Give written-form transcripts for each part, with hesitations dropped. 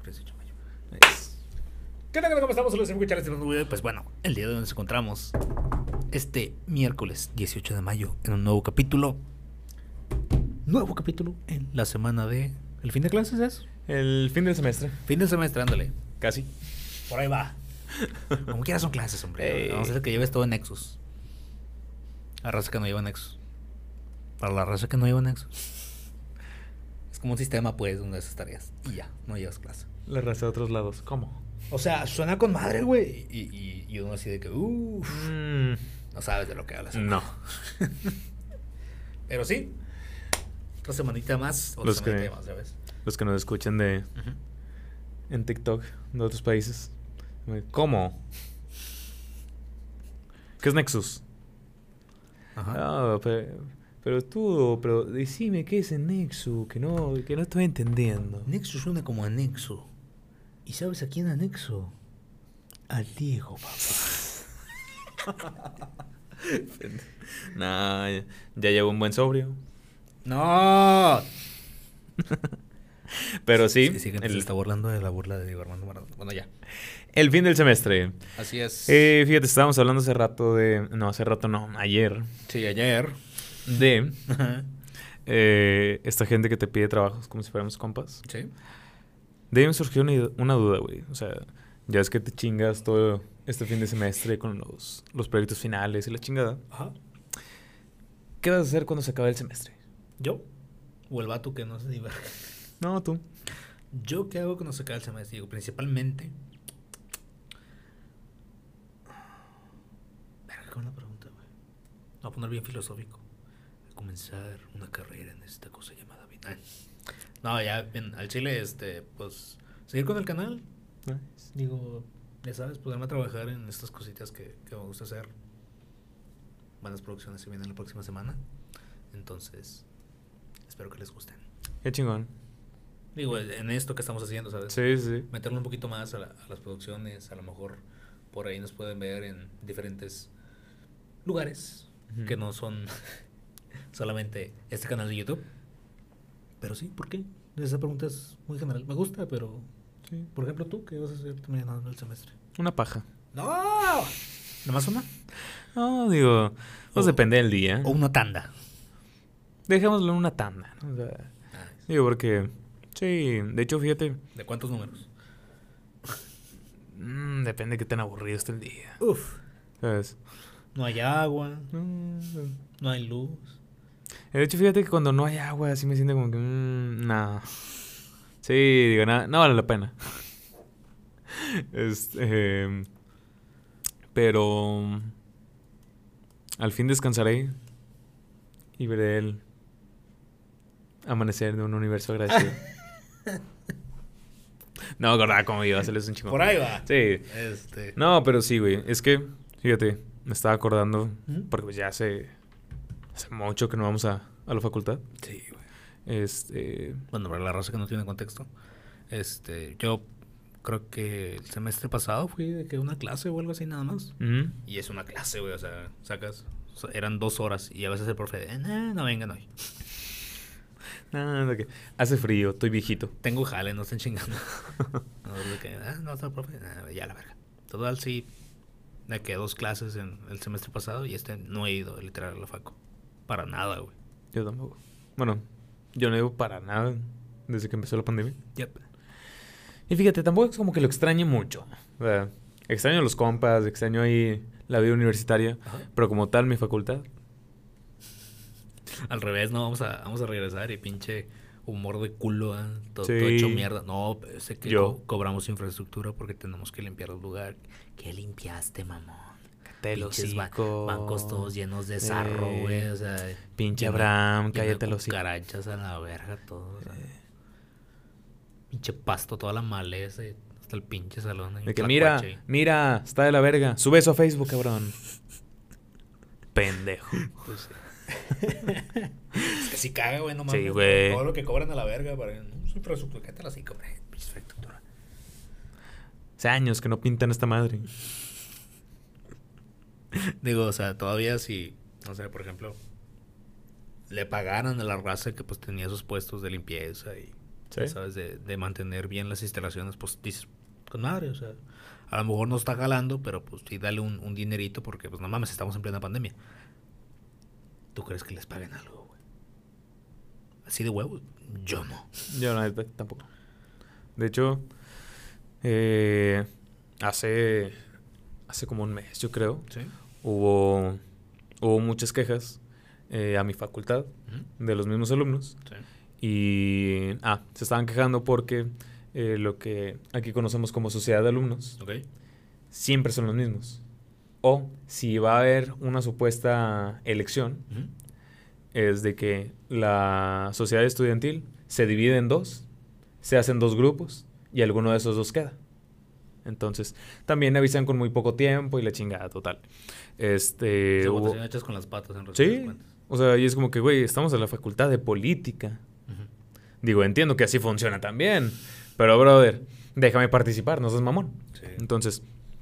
miércoles 18 de mayo. ¿Qué tal? ¿Cómo estamos? Saludos, pues bueno, el día de hoy nos encontramos este miércoles 18 de mayo en un nuevo capítulo. Nuevo capítulo en la semana de... ¿El fin de clases es? El fin del semestre. Fin de semestre, ándale. Casi. Por ahí va. Como quieras son clases, hombre. Vamos a hacer que lleves todo en Nexus. La raza que no lleva Nexus. Para la raza que no lleva Nexus. Es como un sistema, pues, donde haces tareas. Y ya, no llevas clase. La raza de otros lados. ¿Cómo? O sea, suena con madre, güey. Y uno así de que, no sabes de lo que hablas. No. Pero sí. Otra semanita más. Otra semanita más, ¿sabes? Los que nos escuchan de en TikTok de otros países. ¿Cómo? ¿Qué es Nexus? Ajá. Ah, pero decime qué es el Nexus, que no estoy entendiendo. Nexus suena como anexo. ¿Y sabes a quién anexo? Al Diego, papá. Nah, ya llevo un buen sobrio. ¡No! Pero sí, Sí, que se está burlando de la burla de Diego Armando Maradona. Bueno, ya. El fin del semestre. Así es. Fíjate, estábamos hablando ayer. Sí, ayer. De esta gente que te pide trabajos como si fuéramos compas. Sí. De ahí me surgió una duda, güey. O sea, ya es que te chingas todo este fin de semestre con los proyectos finales y la chingada. Ajá. ¿Qué vas a hacer cuando se acabe el semestre? ¿Yo? ¿O el vato que no se diverge? No, tú. ¿Yo qué hago cuando se acabe el semestre? Digo, principalmente... Verga, qué buena pregunta, güey. Me voy a poner bien filosófico. A comenzar una carrera en esta cosa llamada vida. No, ya, bien, al chile, pues... Seguir con el canal. Nice. Digo, ya sabes, poderme a trabajar en estas cositas que me gusta hacer. Buenas producciones se vienen la próxima semana. Entonces, espero que les gusten. Qué chingón. Digo, en esto que estamos haciendo, ¿sabes? Sí, sí. Meterle un poquito más a las producciones. A lo mejor por ahí nos pueden ver en diferentes lugares que no son solamente este canal de YouTube. Pero sí, ¿por qué? Esa pregunta es muy general. Me gusta, pero... Sí. Por ejemplo, ¿tú qué vas a hacer terminando el semestre? Una paja. ¡No! ¿Nomás una? No, digo, pues depende del día. O una tanda. Dejémoslo en una tanda, ¿no? O sea, digo, porque... Sí, de hecho, fíjate... ¿De cuántos números? Depende de qué tan aburrido esté el día. Uf. ¿Sabes? No hay agua, no hay luz. De hecho, fíjate que cuando no hay agua, así me siento como que... no. Sí, digo, no vale la pena. Pero... Al fin descansaré y veré el amanecer de un universo agradecido. No me acordaba cómo iba a hacerles un chingón. Por ahí va. Sí. No, pero sí, güey. Es que, fíjate, me estaba acordando, porque pues ya hace mucho que no vamos a la facultad. Sí, güey. Bueno, para la raza que no tiene contexto, yo creo que el semestre pasado fui de que una clase o algo así nada más. Y es una clase, güey, o sea, sacas, eran 2 horas y a veces el profe no vengan hoy. No, que hace frío, estoy viejito. Tengo jale, no estén chingando. No está el profe, ya la verga. Total, sí, me quedé 2 clases en el semestre pasado y no he ido literal a la facu. Para nada, güey. Yo tampoco. Bueno, yo no he ido para nada desde que empezó la pandemia. Yep. Y fíjate, tampoco es como que lo extrañe mucho. O sea, extraño a los compas, extraño ahí la vida universitaria. Ajá. Pero como tal, mi facultad. Al revés, no, vamos a regresar y pinche humor de culo, todo sí. hecho mierda. No, sé que cobramos infraestructura porque tenemos que limpiar el lugar. ¿Qué limpiaste, mamón? Pinches bancos todos llenos de sarro, güey, o sea... Pinche Abraham, cállate los hijos. Cucarachas a la verga, todo, o sea, pinche pasto, toda la maleza, hasta el pinche salón. De que mira, está de la verga, sube eso a Facebook, cabrón. Pendejo. Pues sí. Es que si caga, güey, no mames. Sí, güey. Todo lo que cobran a la verga para su infraestructura. ¿Qué tal así, cobre? Infraestructura. Hace años que no pintan esta madre. Digo, o sea, todavía si, no sé, por ejemplo, le pagaran a la raza que pues tenía sus puestos de limpieza y ¿sí? ¿Sabes? De mantener bien las instalaciones, pues dices, con madre, o sea, a lo mejor no está jalando, pero pues sí dale un dinerito porque, pues no mames, estamos en plena pandemia. ¿Tú crees que les paguen algo, güey? Así de huevo, yo no. Yo no, tampoco. De hecho, hace como un mes, yo creo, ¿sí? Hubo muchas quejas a mi facultad de los mismos alumnos. Sí. Y se estaban quejando porque lo que aquí conocemos como sociedad de alumnos, okay, siempre son los mismos. O si va a haber una supuesta elección, es de que la sociedad estudiantil se divide en dos, se hacen dos grupos y alguno de esos dos queda. Entonces, también avisan con muy poco tiempo y la chingada total. Votaciones hechas con las patas en sí, o sea, y es como que, güey, estamos en la facultad de política. Digo, entiendo que así funciona también, pero, brother, déjame participar, no seas mamón. Sí. Entonces,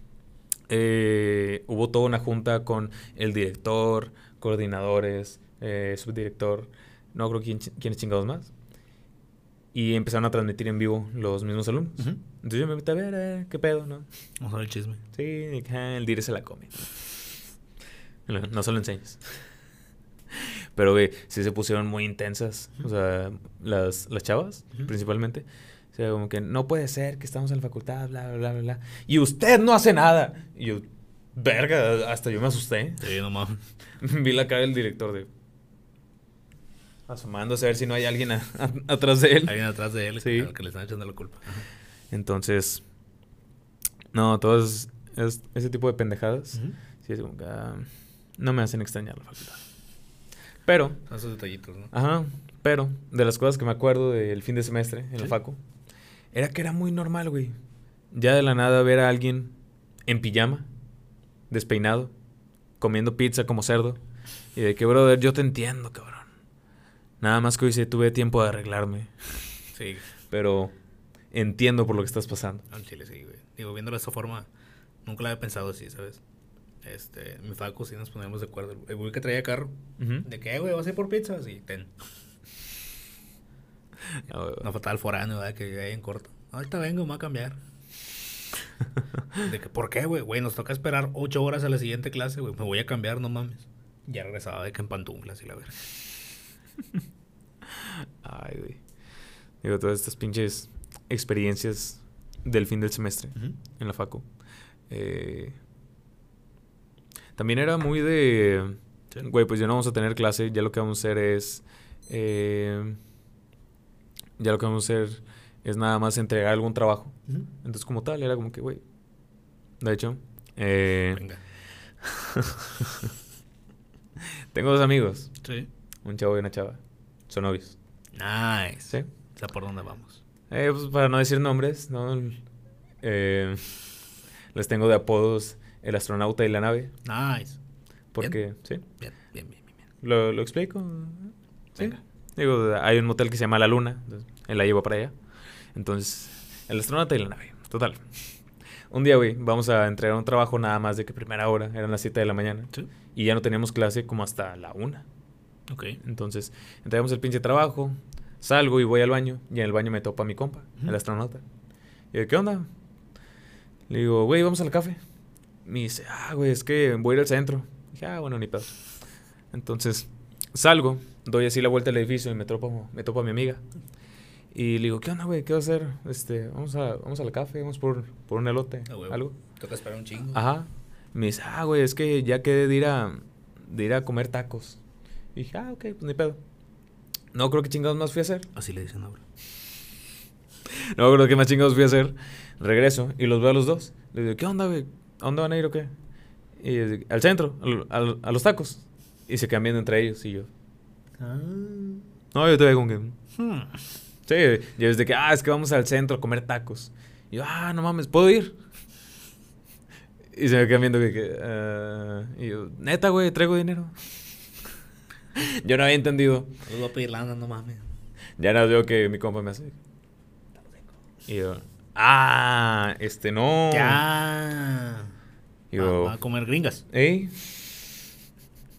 hubo toda una junta con el director, coordinadores, subdirector, no creo quiénes chingados más. Y empezaron a transmitir en vivo los mismos alumnos. Entonces yo me metí a ver, qué pedo, ¿no? Vamos a ver el chisme. Sí, el dire se la come. No se lo enseñes. Pero, güey, sí se pusieron muy intensas. O sea, las chavas, principalmente. O sea, como que no puede ser que estamos en la facultad, bla, bla, bla, bla. Y usted no hace nada. Y yo, verga, hasta yo me asusté. Sí, no mames. Vi la cara del director de... asomándose a ver si no hay alguien atrás de él. Alguien atrás de él, sí, al que le están echando la culpa. Entonces, no, todo ese tipo de pendejadas. Sí, es como que no me hacen extrañar la facultad. Pero... son esos detallitos, ¿no? Ajá, pero de las cosas que me acuerdo del fin de semestre en la facu, era que era muy normal, güey. Ya de la nada ver a alguien en pijama, despeinado, comiendo pizza como cerdo. Y de que, brother, yo te entiendo, cabrón. Nada más que hoy sí tuve tiempo de arreglarme. Sí. Pero entiendo por lo que estás pasando. Al chile, sí, güey. Digo, viéndolo de esta forma, nunca lo había pensado así, ¿sabes? Mi facu sí nos ponemos de acuerdo. El güey que traía carro, de que, güey, ¿vas a ir por pizza? Sí, ten. No faltaba el foráneo, ¿verdad? Que ahí en corto. Ahorita vengo, me voy a cambiar. De que, ¿por qué, güey? Güey, nos toca esperar 8 horas a la siguiente clase, güey. Me voy a cambiar, no mames. Ya regresaba de que en pantuflas y la verga. Ay, güey. Digo, todas estas pinches experiencias del fin del semestre en la facu. También era muy de... güey, pues ya no vamos a tener clase. Ya lo que vamos a hacer es... ya lo que vamos a hacer es nada más entregar algún trabajo. Entonces, como tal, era como que, güey... de hecho... venga. Tengo 2 amigos. Sí. Un chavo y una chava. Son novios. Nice. ¿Sí? O sea, ¿por dónde vamos? Pues para no decir nombres, ¿no? Les tengo de apodos el astronauta y la nave. Nice. Porque, ¿sí? Bien. ¿Lo explico? ¿Sí? Venga. Digo, hay un motel que se llama La Luna. Entonces, él la lleva para allá. Entonces, el astronauta y la nave. Total. Un día, güey, vamos a entregar un trabajo nada más de que primera hora. Eran las 7 de la mañana. ¿Sí? Y ya no teníamos clase como hasta la 1. Ok. Entonces, entregamos el pinche trabajo. Salgo y voy al baño. Y en el baño me topa mi compa, el astronauta. Y yo, ¿qué onda? Le digo, güey, vamos al café. Me dice, güey, es que voy a ir al centro. Dije, bueno, ni pedo. Entonces, salgo, doy así la vuelta al edificio y me topo a mi amiga. Y le digo, ¿qué onda, güey? ¿Qué vas a hacer? Vamos a la café, vamos por un elote, algo. Toca esperar un chingo. Ajá. Me dice, güey, es que ya quedé de ir a comer tacos. Y dije, ok, pues ni pedo. No creo que chingados más fui a hacer. Así le dicen ahora. No creo que más chingados fui a hacer. Regreso y los veo a los dos. Les digo, ¿qué onda, güey? ¿A dónde van a ir o qué? Y al centro, a los tacos. Y se cambian entre ellos y yo. No, yo te veo con que... Sí, y es de que, es que vamos al centro a comer tacos. Y yo, no mames, ¿puedo ir? Y se me quedan viendo y yo, neta, güey, traigo dinero. Yo no había entendido. Les voy a pedir lana, no mames. Ya nada, veo que mi compa me hace. Y yo, no. Ya. Yo, va a comer gringas. ¿Sí?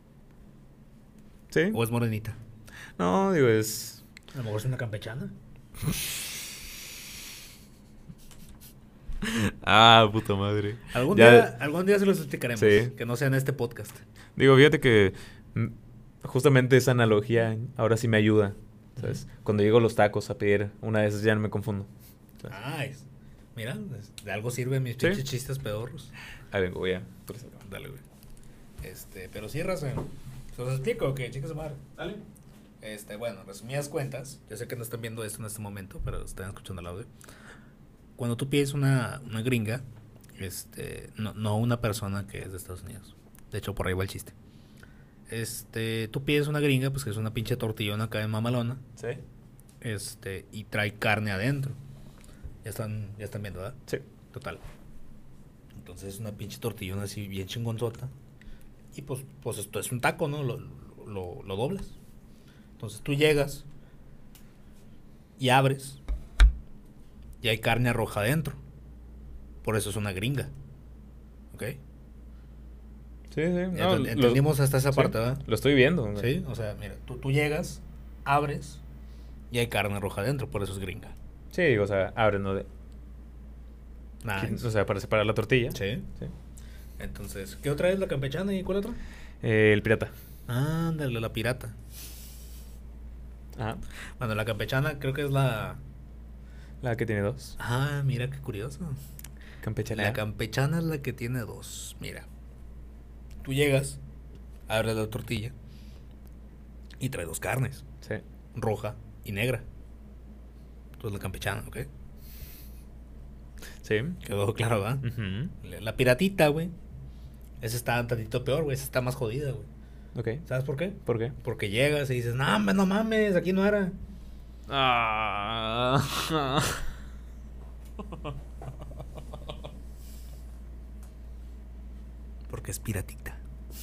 ¿O es morenita? No, digo, es... A lo mejor es una campechana. Puta madre. Algún día se los explicaremos. Sí. Que no sea en este podcast. Digo, fíjate que justamente esa analogía ahora sí me ayuda, ¿sabes? Cuando llego a los tacos a pedir, una de esas ya no me confundo. Mira, de algo sirven mis pinches chistes pedorros. Ahí vengo, voy a... Dale, güey. Pero sí, raza. ¿Se los explico o qué? Chicas, madre. Dale. Bueno, resumidas cuentas. Yo sé que no están viendo esto en este momento, pero están escuchando el audio. Cuando tú pides una gringa, no una persona que es de Estados Unidos. De hecho, por ahí va el chiste. Tú pides una gringa, pues que es una pinche tortillona acá de mamalona. Sí. Y trae carne adentro. Ya están viendo, ¿verdad? Sí. Total. Entonces es una pinche tortillona así bien chingonzota. Y pues esto es un taco, ¿no? Lo doblas. Entonces tú llegas y abres y hay carne roja adentro. Por eso es una gringa. ¿Ok? Sí. No, entendimos hasta esa parte, ¿verdad? Lo estoy viendo. ¿No? Sí, o sea, mira, tú llegas, abres y hay carne roja adentro, por eso es gringa. Sí, o sea, abres, ¿no? O sea, para separar la tortilla. Sí. Entonces, ¿qué otra es la campechana y cuál otra? El pirata. Ándale, la pirata. Ajá. Bueno, la campechana creo que es la que tiene 2. Mira qué curioso. Campechana. La campechana es la que tiene 2. Mira. Tú llegas, abres la tortilla y trae 2 carnes. Sí. Roja y negra. Entonces la campechana, ¿ok? Sí. Quedó claro, ¿verdad? Uh-huh. La piratita, güey. Esa está un tantito peor, güey. Esa está más jodida, güey. Ok. ¿Sabes por qué? ¿Por qué? Porque llegas y dices, no mames, aquí no era. Porque es piratita.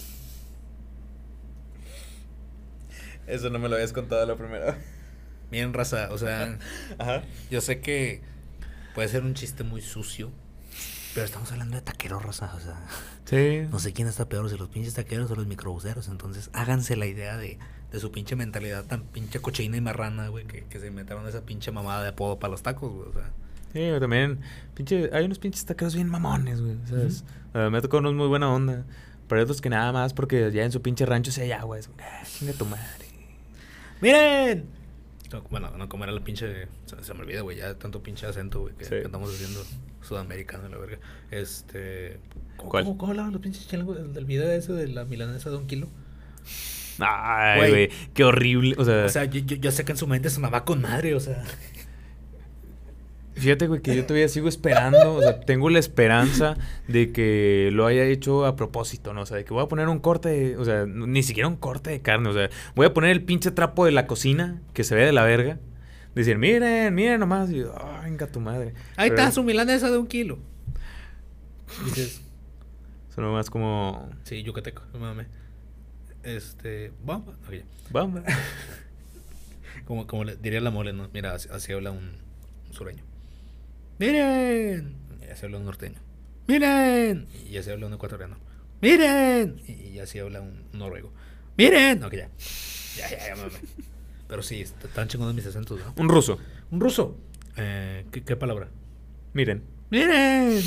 Eso no me lo habías contado la primera. Miren, raza, o sea, Ajá. Yo sé que puede ser un chiste muy sucio, pero estamos hablando de taqueros, raza, o sea. Sí. No sé quién está peor, si los pinches taqueros o los microbuseros. Entonces, háganse la idea de su pinche mentalidad tan pinche cochina y marrana, güey, que se inventaron esa pinche mamada de apodo para los tacos, güey, o sea. Sí, también, hay unos pinches taqueros bien mamones, güey, ¿sabes? Me ha tocado unos muy buena onda, pero hay otros que nada más porque ya en su pinche rancho se hay agua, es chinga tu madre. ¡Miren! Bueno, no, como era la pinche... Se me olvida, güey, ya tanto pinche acento, güey, que andamos haciendo sudamericano, la verga. ¿Cómo hablaban los pinches chilangos del video ese de la milanesa de 1 kilo? Ay, güey, qué horrible, o sea... yo sé que en su mente sonaba con madre, o sea... Fíjate, güey, que yo todavía sigo esperando, o sea, tengo la esperanza de que lo haya hecho a propósito, ¿no? O sea, de que voy a poner un corte, o sea, ni siquiera un corte de carne, o sea, voy a poner el pinche trapo de la cocina que se ve de la verga. Decir, miren nomás, y venga tu madre. Ahí está su milanesa de 1 kilo. Dices... Son nomás como... Sí, yucateco, no mames. Bamba. Okay. Bamba. como le diría la mole, ¿no? Mira, así habla un sureño. ¡Miren! Y así habla un norteño. ¡Miren! Y así habla un ecuatoriano. ¡Miren! Y así habla un noruego. ¡Miren! Ok, ya, mame. Pero sí, están chingones mis acentos, ¿no? Un ruso. ¿Qué palabra? Miren. ¡Miren!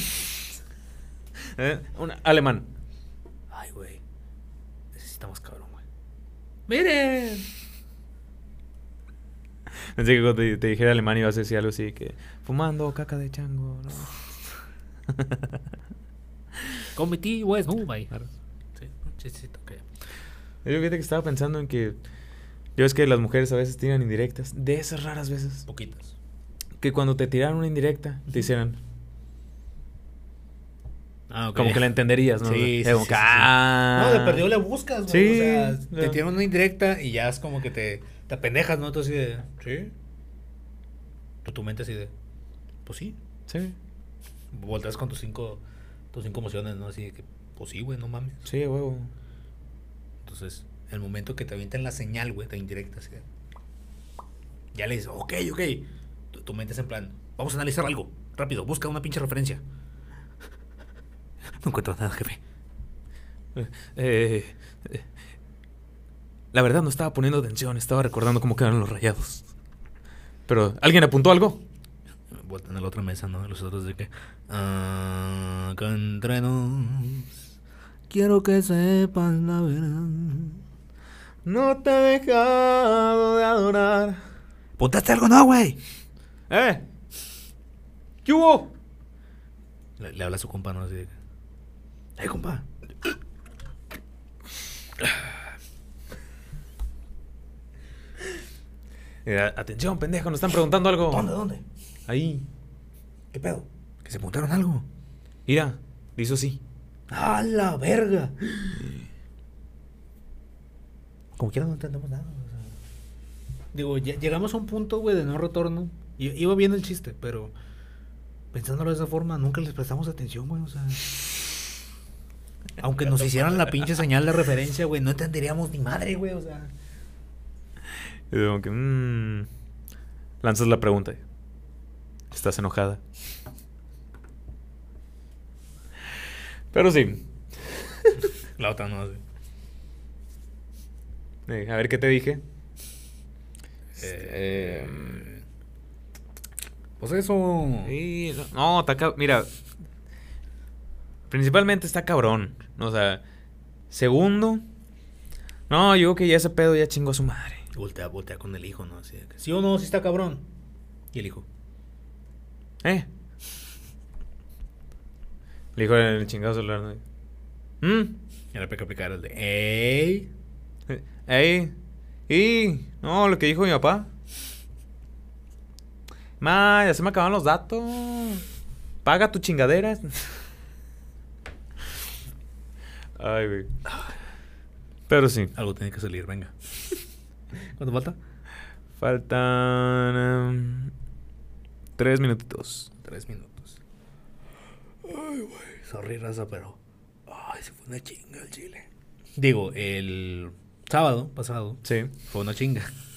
Un alemán. Ay, güey. Necesitamos cabrón, güey. ¡Miren! Pensé que cuando te dijera alemán ibas a decir algo así que... Fumando caca de chango, ¿no? Con mi tío, güey. Sí, chistito, ok. Yo fíjate que estaba pensando en que... Yo es que las mujeres a veces tiran indirectas. De esas raras veces. Poquitas. Que cuando te tiraran una indirecta, te hicieran... Okay. Como que la entenderías, ¿no? Sí, como que, No, de perdido le buscas, güey. Sí, o sea, te tiran una indirecta y ya es como que te apendejas, ¿no? Tú así de... Sí. Pero tu mente así de... Pues sí. Sí. Volteas con tus cinco emociones, ¿no? Así de que... Pues sí, güey, no mames. Sí, huevo. Entonces, el momento que te avientan la señal, güey, de indirecta, así de... Ya le dices, ok. Tu mente es en plan... Vamos a analizar algo. Rápido, busca una pinche referencia. No encuentro nada, jefe. La verdad no estaba poniendo atención, estaba recordando cómo quedaron los Rayados. Pero, ¿alguien apuntó algo? Vuelta en la otra mesa, ¿no? Los otros de que... acá entre nos... Quiero que sepas la verdad. No te he dejado de adorar. ¿Apuntaste algo, no, güey? ¿Qué hubo? Le habla a su compa, ¿no? Así de que... compa. Atención, pendejo, nos están preguntando algo. ¿Dónde? Ahí. ¿Qué pedo? ¿Que se apuntaron algo? Mira, hizo así. ¡A la verga! Como quiera no entendemos nada. O sea, digo, llegamos a un punto, güey, de no retorno. Iba bien el chiste, pero pensándolo de esa forma, nunca les prestamos atención, güey. O sea, aunque nos hicieran la pinche señal de referencia, güey, no entenderíamos ni madre, güey. O sea, y digo que, lanzas la pregunta. ¿Estás enojada? Pero sí. La otra no, sí. A ver qué te dije. Pues eso. Sí, no, está mira. Principalmente está cabrón. O sea, segundo. No, yo creo que ya ese pedo ya chingó a su madre. Voltea con el hijo, ¿no? Así de que, ¿sí o no? Sí está cabrón. Y el hijo. Le dijo en el chingado celular, ¿no? Y le aplicar el de no, lo que dijo mi papá. Ya se me acabaron los datos. Paga tu chingadera. Ay, güey. Pero sí. Algo tiene que salir, venga. ¿Cuánto falta? Faltan 3 minutitos. 3 minutos. Ay, güey. Sorry, raza, pero... Ay, se fue una chinga el chile. Digo, el sábado pasado... Sí. Fue una chinga.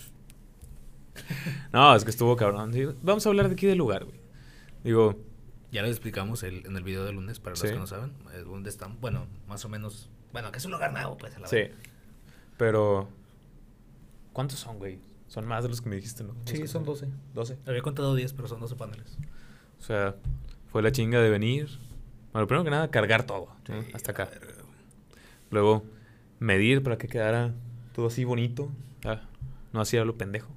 No, es que estuvo cabrón. Vamos a hablar de aquí del lugar, güey. Digo... Ya les explicamos en el video de lunes, para los que no saben. ¿Dónde están? Bueno, más o menos... Bueno, que es un lugar nuevo, pues. A la sí. Pero... ¿Cuántos son, güey? Son más de los que me dijiste, ¿no? Sí, son 12. 12. Había contado 10, pero son 12 paneles. O sea, fue la chinga de venir. Bueno, primero que nada, cargar todo, ¿no? Sí, hasta acá. Luego, medir para que quedara todo así bonito. No hacía lo pendejo.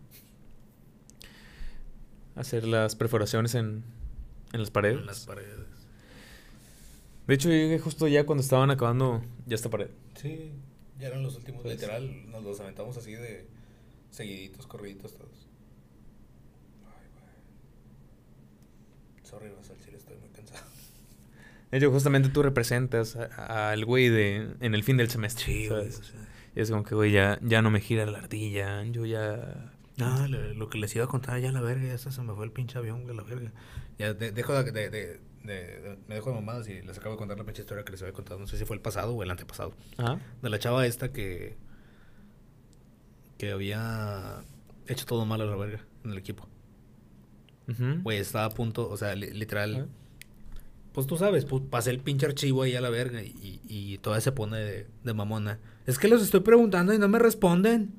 Hacer las perforaciones en las paredes. En las paredes. De hecho, llegué justo ya cuando estaban acabando ya esta pared. Sí, ya eran los últimos. Pues, literal, nos los aventamos así de seguiditos, corriditos todos. Ay, güey. Sorry, vas al chile, estoy muy cansado. De hecho, justamente tú representas al güey en el fin del semestre. Sí, güey. O sea, y es como que, güey, ya no me gira la ardilla. Yo ya... No, lo que les iba a contar ya la verga, ya se me fue el pinche avión, güey, la verga. Ya dejo me dejo de mamadas y les acabo de contar la pinche historia que les había contado. No sé si fue el pasado o el antepasado. Ajá. De la chava esta que había hecho todo mal a la verga en el equipo. Güey, estaba a punto, o sea, literal. Pues tú sabes, pues pasé el pinche archivo ahí a la verga y todavía se pone de mamona. Es que los estoy preguntando y no me responden.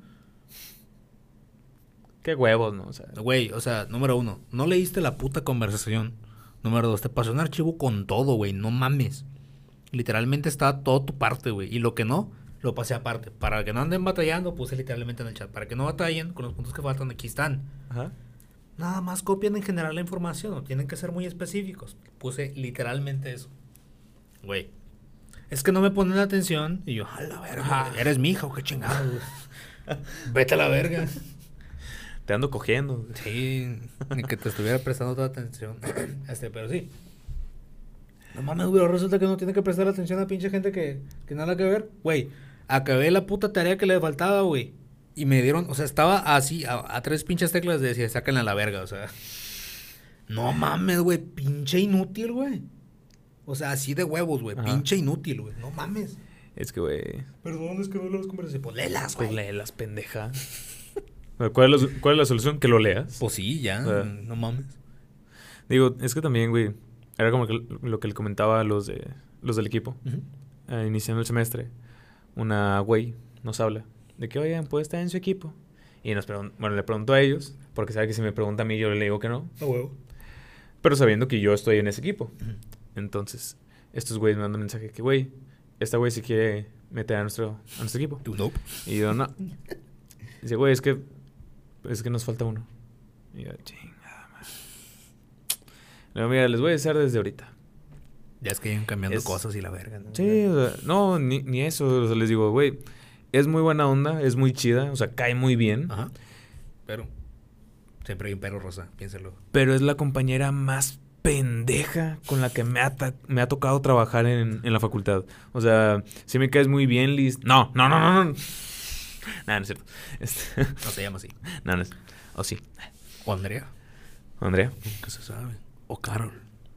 Qué huevos, ¿no? O sea, güey, o sea, número 1, no leíste la puta conversación. Número 2, te pasó un archivo con todo, güey, no mames. Literalmente estaba todo tu parte, güey. Y lo que no, lo pasé aparte. Para que no anden batallando, puse literalmente en el chat. Para que no batallen con los puntos que faltan, aquí están. Ajá. Nada más copian en general la información, no tienen que ser muy específicos. Puse literalmente eso. Güey. Es que no me ponen atención. Y yo, a la verga, eres mi hija o qué chingado. Vete a la verga. Te ando cogiendo. Sí, ni que te estuviera prestando toda atención. Pero sí. No mames, güey, resulta que no tiene que prestar atención a pinche gente que nada que ver. Güey, acabé la puta tarea que le faltaba, güey. Y me dieron, o sea, estaba así, a 3 pinches teclas de decir, sáquenla a la verga, o sea. No mames, güey, pinche inútil, güey. O sea, así de huevos, güey, pinche inútil, güey, no mames. Es que, güey. Perdón, es que no las conversaciones. Pues léelas, güey. Pues léelas, pendeja. ¿Cuál es la solución? ¿Que lo leas? Pues sí, ya, no mames. Digo, es que también, güey, era como que lo que le comentaba a los del equipo. Iniciando el semestre, una güey nos habla de que, oigan, puede estar en su equipo. Y bueno, le pregunto a ellos, porque sabe que si me pregunta a mí, yo le digo que no. A huevo. Pero sabiendo que yo estoy en ese equipo. Entonces, estos güeyes me mandan un mensaje que, güey, esta güey si quiere meter a nuestro equipo. ¿Tú no? Y yo, no. Dice, güey, es que nos falta uno. Y yo, chingada, man. No, mira, les voy a decir desde ahorita. Ya es que llegan cambiando cosas y la verga, ¿no? Sí, o sea, no, ni eso. O sea, les digo, güey, es muy buena onda, es muy chida, o sea, cae muy bien. Ajá. Pero siempre hay un perro rosa, piénsalo. Pero es la compañera más pendeja con la que me ha tocado trabajar en la facultad. O sea, si me caes muy bien, Liz. No. Nada, no es cierto. No se llama así. No es. O sí. O Andrea. Andrea. ¿Qué se sabe? O Carol.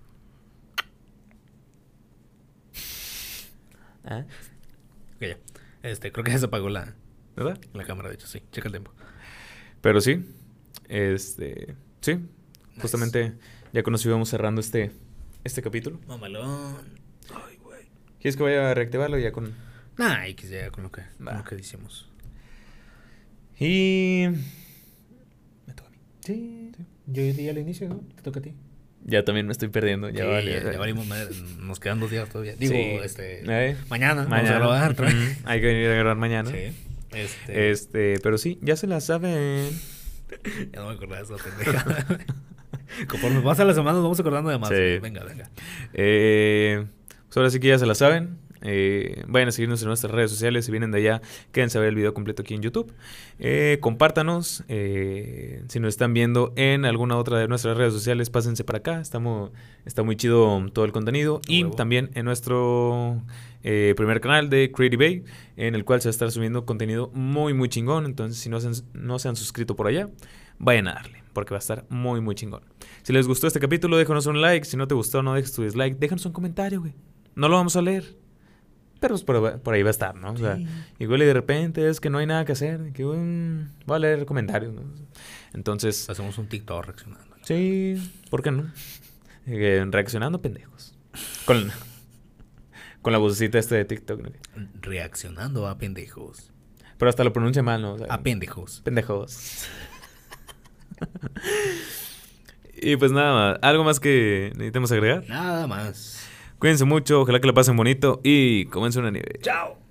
Ok, ya. Creo que ya se apagó la cámara, de hecho, sí. Checa el tiempo. Pero sí. Sí. Nice. Justamente ya con eso íbamos cerrando este capítulo. Mamalón. Ay, güey. ¿Quieres que vaya a reactivarlo ya con...? Nah, X ya con lo que decimos. Y... Me toca a mí. Sí. Yo di al inicio, ¿no? Te toca a ti. Ya también me estoy perdiendo. Ya valimos madre. Nos quedan 2 días todavía. Digo, sí. Mañana. Vamos a grabar. Hay que venir a grabar mañana. Sí. Pero sí, ya se la saben. Ya no me acordaba de esa pendeja. Conforme pasa la semana nos vamos acordando de más. Sí. Venga. Pues ahora sí que ya se la saben. Vayan a seguirnos en nuestras redes sociales. Si vienen de allá, quédense a ver el video completo aquí en YouTube. Compártanos. Si nos están viendo en alguna otra de nuestras redes sociales, pásense para acá. Está muy chido todo el contenido. Y también en nuestro primer canal de Creative Bay, en el cual se va a estar subiendo contenido muy, muy chingón. Entonces, si no se han suscrito por allá, vayan a darle, porque va a estar muy, muy chingón. Si les gustó este capítulo, déjanos un like. Si no te gustó, no dejes tu dislike. Déjanos un comentario, güey. No lo vamos a leer. Pero pues por ahí va a estar, ¿no? O sea, igual y de repente es que no hay nada que hacer. Que voy a leer comentarios, ¿no? Entonces... hacemos un TikTok reaccionando. Sí, ¿por qué no? Reaccionando pendejos. Con la vocecita de TikTok, ¿no? Reaccionando a pendejos. Pero hasta lo pronuncia mal, ¿no? O sea, a pendejos. Pendejos. Y pues nada más. ¿Algo más que necesitemos agregar? Nada más. Cuídense mucho, ojalá que la pasen bonito y comience una nieve. ¡Chao!